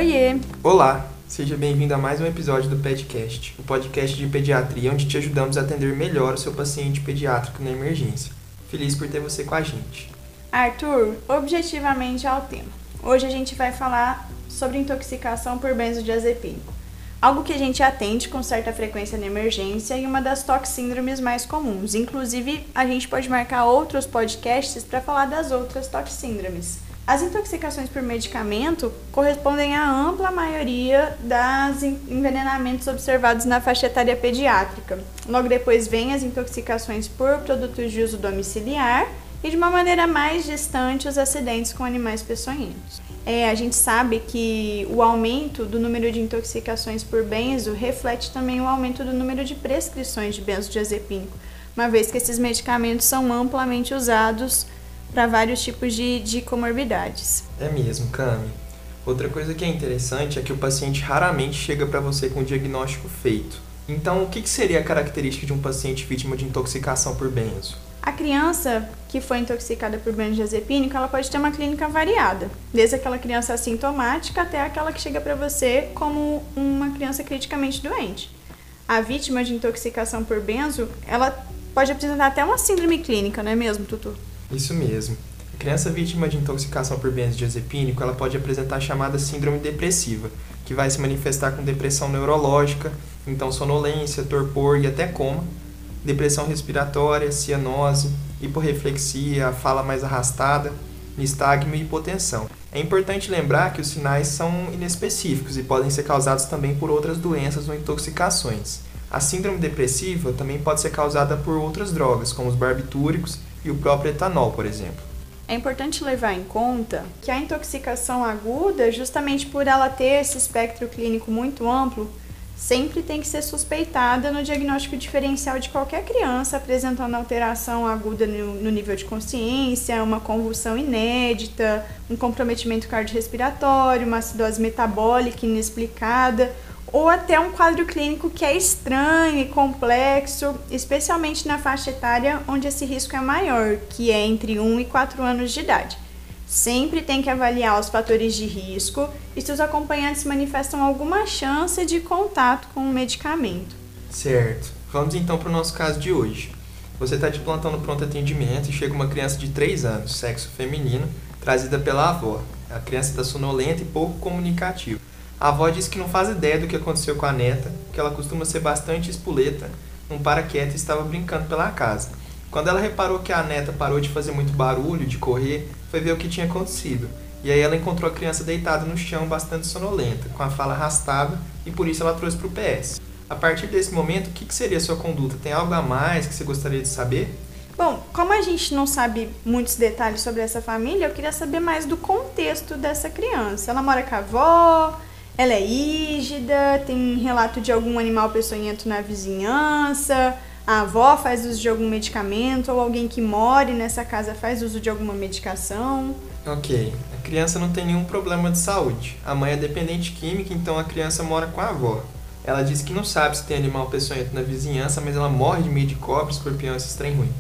Oiê! Olá, seja bem-vindo a mais um episódio do PedCast, o podcast de pediatria onde te ajudamos a atender melhor o seu paciente pediátrico na emergência. Feliz por ter você com a gente. Arthur, objetivamente ao tema. Hoje a gente vai falar sobre intoxicação por benzodiazepínico, algo que a gente atende com certa frequência na emergência e uma das toxíndromes mais comuns. Inclusive, a gente pode marcar outros podcasts para falar das outras toxíndromes. As intoxicações por medicamento correspondem à ampla maioria dos envenenamentos observados na faixa etária pediátrica. Logo depois vem as intoxicações por produtos de uso domiciliar e, de uma maneira mais distante, os acidentes com animais peçonhentos. A gente sabe que o aumento do número de intoxicações por benzo reflete também o aumento do número de prescrições de benzodiazepínico, uma vez que esses medicamentos são amplamente usados para vários tipos de comorbidades. É mesmo, Cami. Outra coisa que é interessante é que o paciente raramente chega para você com o diagnóstico feito. Então, o que seria a característica de um paciente vítima de intoxicação por benzo? A criança que foi intoxicada por benzodiazepínico, ela pode ter uma clínica variada, desde aquela criança assintomática até aquela que chega para você como uma criança criticamente doente. A vítima de intoxicação por benzo, ela pode apresentar até uma síndrome clínica, não é mesmo, Tutu? Isso mesmo. A criança vítima de intoxicação por benzodiazepínico, ela pode apresentar a chamada síndrome depressiva, que vai se manifestar com depressão neurológica, então sonolência, torpor e até coma, depressão respiratória, cianose, hiporreflexia, fala mais arrastada, nistagmo e hipotensão. É importante lembrar que os sinais são inespecíficos e podem ser causados também por outras doenças ou intoxicações. A síndrome depressiva também pode ser causada por outras drogas, como os barbitúricos e o próprio etanol, por exemplo. É importante levar em conta que a intoxicação aguda, justamente por ela ter esse espectro clínico muito amplo, sempre tem que ser suspeitada no diagnóstico diferencial de qualquer criança apresentando alteração aguda no nível de consciência, uma convulsão inédita, um comprometimento cardiorrespiratório, uma acidose metabólica inexplicada, ou até um quadro clínico que é estranho e complexo, especialmente na faixa etária onde esse risco é maior, que é entre 1 e 4 anos de idade. Sempre tem que avaliar os fatores de risco e se os acompanhantes manifestam alguma chance de contato com o medicamento. Certo. Vamos então para o nosso caso de hoje. Você está de plantão no pronto atendimento e chega uma criança de 3 anos, sexo feminino, trazida pela avó. A criança está sonolenta e pouco comunicativa. A avó diz que não faz ideia do que aconteceu com a neta, que ela costuma ser bastante espoleta, não para quieta e estava brincando pela casa. Quando ela reparou que a neta parou de fazer muito barulho, de correr, foi ver o que tinha acontecido. E aí ela encontrou a criança deitada no chão, bastante sonolenta, com a fala arrastada, e por isso ela trouxe para o PS. A partir desse momento, o que seria a sua conduta? Tem algo a mais que você gostaria de saber? Bom, como a gente não sabe muitos detalhes sobre essa família, eu queria saber mais do contexto dessa criança. Ela mora com a avó? Ela é rígida? Tem relato de algum animal peçonhento na vizinhança? A avó faz uso de algum medicamento? Ou alguém que more nessa casa faz uso de alguma medicação? Ok, a criança não tem nenhum problema de saúde. A mãe é dependente química, então a criança mora com a avó. Ela diz que não sabe se tem animal peçonhento na vizinhança, mas ela morre de medo de cobra, escorpião, esse trem ruim.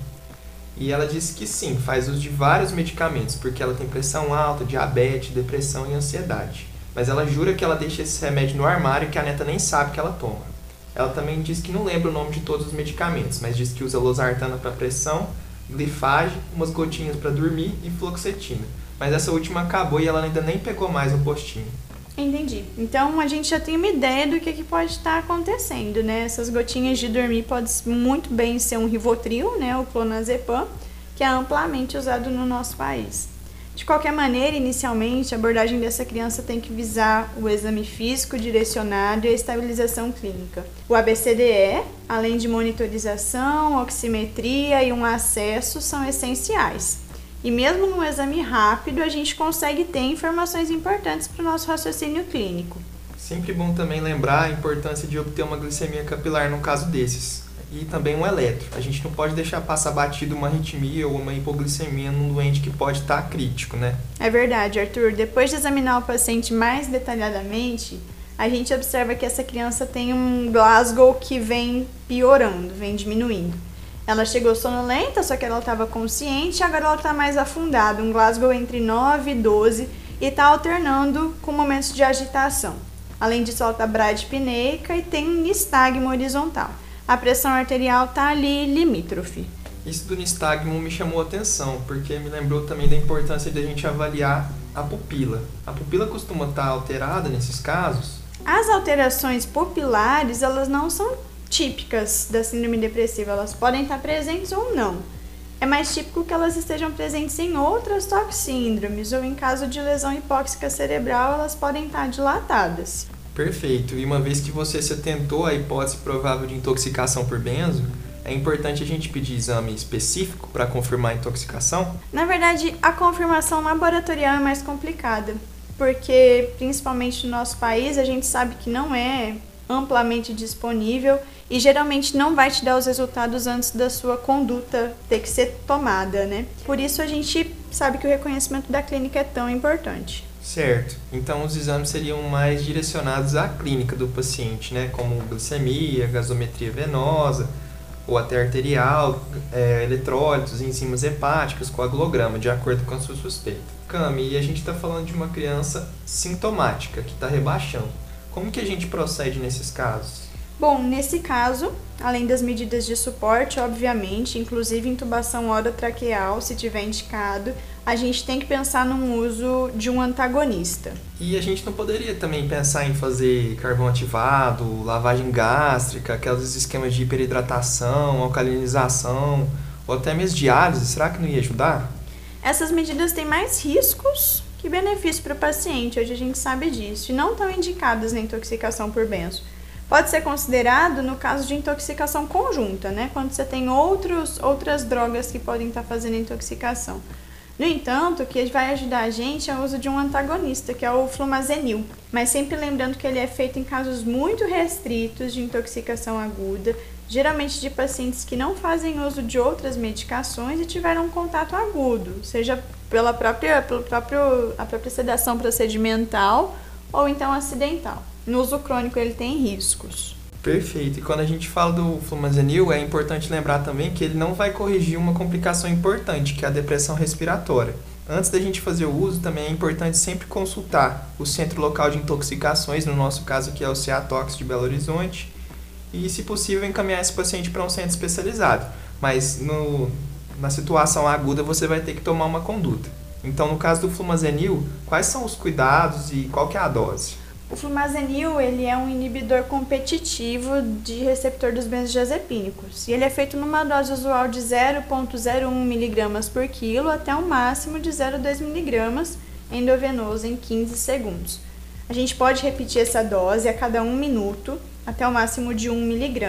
E ela disse que sim, faz uso de vários medicamentos, porque ela tem pressão alta, diabetes, depressão e ansiedade. Mas ela jura que ela deixa esse remédio no armário e que a neta nem sabe que ela toma. Ela também diz que não lembra o nome de todos os medicamentos, mas diz que usa losartana para pressão, glifage, umas gotinhas para dormir e fluoxetina. Mas essa última acabou e ela ainda nem pegou mais no postinho. Entendi. Então a gente já tem uma ideia do que pode estar acontecendo, né? Essas gotinhas de dormir podem muito bem ser um Rivotril, né? O clonazepam, que é amplamente usado no nosso país. De qualquer maneira, inicialmente, a abordagem dessa criança tem que visar o exame físico direcionado e a estabilização clínica. O ABCDE, além de monitorização, oximetria e um acesso, são essenciais. E mesmo num exame rápido, a gente consegue ter informações importantes para o nosso raciocínio clínico. Sempre bom também lembrar a importância de obter uma glicemia capilar no caso desses. E também um eletro. A gente não pode deixar passar batido uma arritmia ou uma hipoglicemia num doente que pode estar crítico, né? É verdade, Arthur. Depois de examinar o paciente mais detalhadamente, a gente observa que essa criança tem um Glasgow que vem piorando, vem diminuindo. Ela chegou sonolenta, só que ela estava consciente, agora ela está mais afundada, um Glasgow entre 9 e 12, e está alternando com momentos de agitação. Além disso, ela está bradipneica e tem um nistagmo horizontal. A pressão arterial está ali limítrofe. Isso do nistagmo me chamou a atenção, porque me lembrou também da importância de a gente avaliar a pupila. A pupila costuma estar alterada nesses casos? As alterações pupilares, elas não são típicas da síndrome depressiva, elas podem estar presentes ou não. É mais típico que elas estejam presentes em outras toxíndromes ou em caso de lesão hipóxica cerebral, elas podem estar dilatadas. Perfeito. E uma vez que você se atentou à hipótese provável de intoxicação por benzo, é importante a gente pedir exame específico para confirmar a intoxicação? Na verdade, a confirmação laboratorial é mais complicada, porque principalmente no nosso país a gente sabe que não é amplamente disponível e geralmente não vai te dar os resultados antes da sua conduta ter que ser tomada, né? Por isso a gente sabe que o reconhecimento da clínica é tão importante. Certo. Então os exames seriam mais direcionados à clínica do paciente, né? Como glicemia, gasometria venosa, ou até arterial, eletrólitos, enzimas hepáticas, coagulograma, de acordo com a sua suspeita. Cami, e a gente está falando de uma criança sintomática, que está rebaixando. Como que a gente procede nesses casos? Bom, nesse caso, além das medidas de suporte, obviamente, inclusive intubação orotraqueal, se tiver indicado, a gente tem que pensar no uso de um antagonista. E a gente não poderia também pensar em fazer carvão ativado, lavagem gástrica, aqueles esquemas de hiperidratação, alcalinização, ou até mesmo diálise, será que não ia ajudar? Essas medidas têm mais riscos que benefícios para o paciente, hoje a gente sabe disso, e não estão indicadas na intoxicação por benzo. Pode ser considerado no caso de intoxicação conjunta, né? Quando você tem outras drogas que podem estar fazendo intoxicação. No entanto, o que vai ajudar a gente é o uso de um antagonista, que é o flumazenil. Mas sempre lembrando que ele é feito em casos muito restritos de intoxicação aguda, geralmente de pacientes que não fazem uso de outras medicações e tiveram um contato agudo, seja pela própria sedação procedimental ou então acidental. No uso crônico ele tem riscos. Perfeito. E quando a gente fala do flumazenil, é importante lembrar também que ele não vai corrigir uma complicação importante, que é a depressão respiratória. Antes da gente fazer o uso, também é importante sempre consultar o Centro Local de Intoxicações, no nosso caso aqui é o CEATOX de Belo Horizonte, e, se possível, encaminhar esse paciente para um centro especializado. Mas na situação aguda você vai ter que tomar uma conduta. Então, no caso do flumazenil, quais são os cuidados e qual que é a dose? O flumazenil, ele é um inibidor competitivo de receptor dos benzodiazepínicos. E ele é feito numa dose usual de 0,01 mg por quilo até um máximo de 0,2 mg endovenoso em 15 segundos. A gente pode repetir essa dose a cada 1 minuto até o máximo de 1 mg,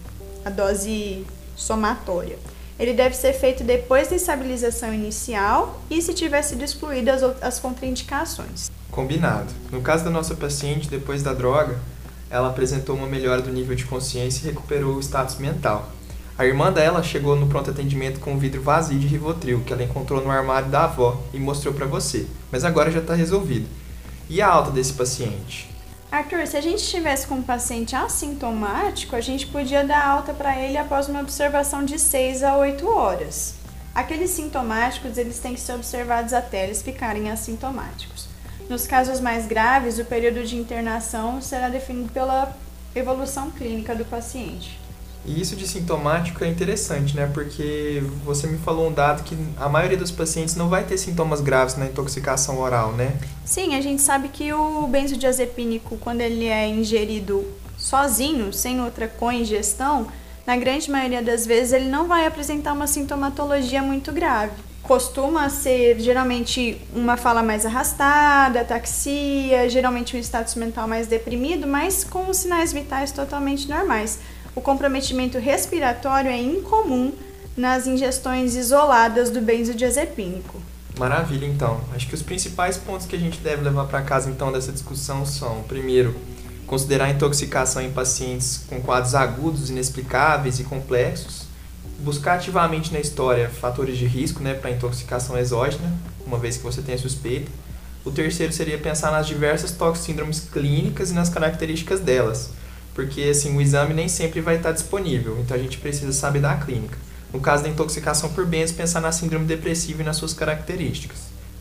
a dose somatória. Ele deve ser feito depois da estabilização inicial e se tiver sido excluídas as contraindicações. Combinado. No caso da nossa paciente, depois da droga, ela apresentou uma melhora do nível de consciência e recuperou o status mental. A irmã dela chegou no pronto atendimento com um vidro vazio de Rivotril, que ela encontrou no armário da avó e mostrou para você. Mas agora já está resolvido. E a alta desse paciente? Arthur, se a gente estivesse com um paciente assintomático, a gente podia dar alta para ele após uma observação de 6 a 8 horas. Aqueles sintomáticos, eles têm que ser observados até eles ficarem assintomáticos. Nos casos mais graves, o período de internação será definido pela evolução clínica do paciente. E isso de sintomático é interessante, né? Porque você me falou um dado que a maioria dos pacientes não vai ter sintomas graves na intoxicação oral, né? Sim, a gente sabe que o benzodiazepínico, quando ele é ingerido sozinho, sem outra coingestão, na grande maioria das vezes ele não vai apresentar uma sintomatologia muito grave. Costuma ser geralmente uma fala mais arrastada, ataxia, geralmente um status mental mais deprimido, mas com os sinais vitais totalmente normais. O comprometimento respiratório é incomum nas ingestões isoladas do benzodiazepínico. Maravilha, então. Acho que os principais pontos que a gente deve levar para casa, então, dessa discussão são, primeiro, considerar a intoxicação em pacientes com quadros agudos, inexplicáveis e complexos. Buscar ativamente na história fatores de risco, né, para intoxicação exógena, uma vez que você tenha suspeita. O terceiro seria pensar nas diversas toxíndromes clínicas e nas características delas, porque assim, o exame nem sempre vai estar disponível, então a gente precisa saber da clínica. No caso da intoxicação por benzo, pensar na síndrome depressiva e nas suas características.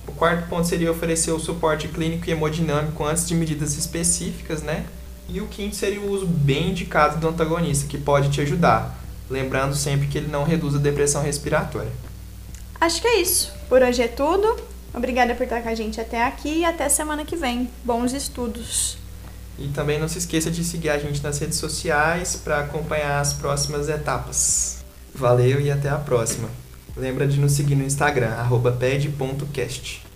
O quarto ponto seria oferecer o suporte clínico e hemodinâmico antes de medidas específicas, né? E o quinto seria o uso bem indicado do antagonista, que pode te ajudar, lembrando sempre que ele não reduz a depressão respiratória. Acho que é isso. Por hoje é tudo. Obrigada por estar com a gente até aqui e até semana que vem. Bons estudos! E também não se esqueça de seguir a gente nas redes sociais para acompanhar as próximas etapas. Valeu e até a próxima! Lembra de nos seguir no Instagram, @ped.cast.